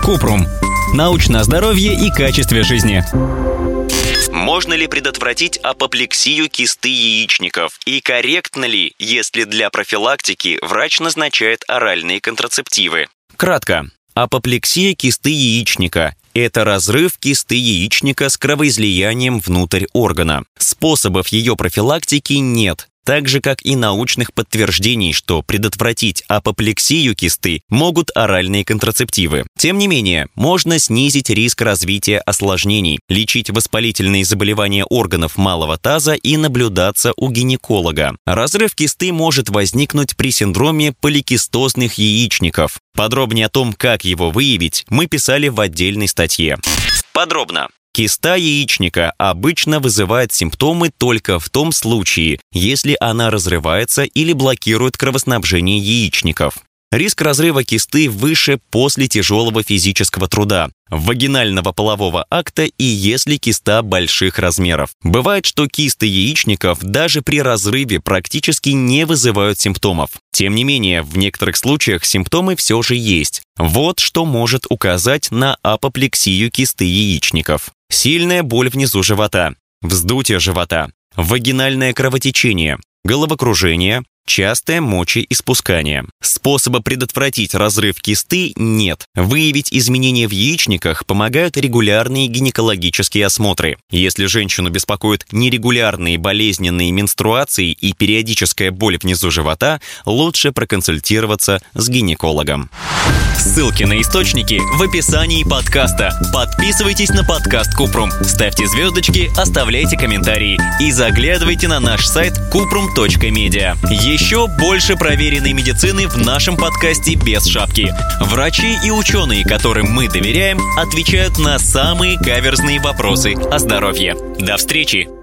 Купрум. Научное здоровье и качестве жизни. Можно ли предотвратить апоплексию кисты яичников? И корректно ли, если для профилактики врач назначает оральные контрацептивы? Кратко. Апоплексия кисты яичника – это разрыв кисты яичника с кровоизлиянием внутрь органа. Способов ее профилактики нет, так же, как и научных подтверждений, что предотвратить апоплексию кисты могут оральные контрацептивы. Тем не менее, можно снизить риск развития осложнений, лечить воспалительные заболевания органов малого таза и наблюдаться у гинеколога. Разрыв кисты может возникнуть при синдроме поликистозных яичников. Подробнее о том, как его выявить, мы писали в отдельной статье. Подробно. Киста яичника обычно вызывает симптомы только в том случае, если она разрывается или блокирует кровоснабжение яичников. Риск разрыва кисты выше после тяжелого физического труда, вагинального полового акта и если киста больших размеров. Бывает, что кисты яичников даже при разрыве практически не вызывают симптомов. Тем не менее, в некоторых случаях симптомы все же есть. Вот что может указать на апоплексию кисты яичников. Сильная боль внизу живота, вздутие живота, вагинальное кровотечение, головокружение, частое мочеиспускание. Способа предотвратить разрыв кисты нет. Выявить изменения в яичниках помогают регулярные гинекологические осмотры. Если женщину беспокоят нерегулярные болезненные менструации и периодическая боль внизу живота, лучше проконсультироваться с гинекологом. Ссылки на источники в описании подкаста. Подписывайтесь на подкаст Купрум, ставьте звездочки, оставляйте комментарии и заглядывайте на наш сайт kuprum.media. Еще больше проверенной медицины в нашем подкасте без шапки. Врачи и ученые, которым мы доверяем, отвечают на самые каверзные вопросы о здоровье. До встречи!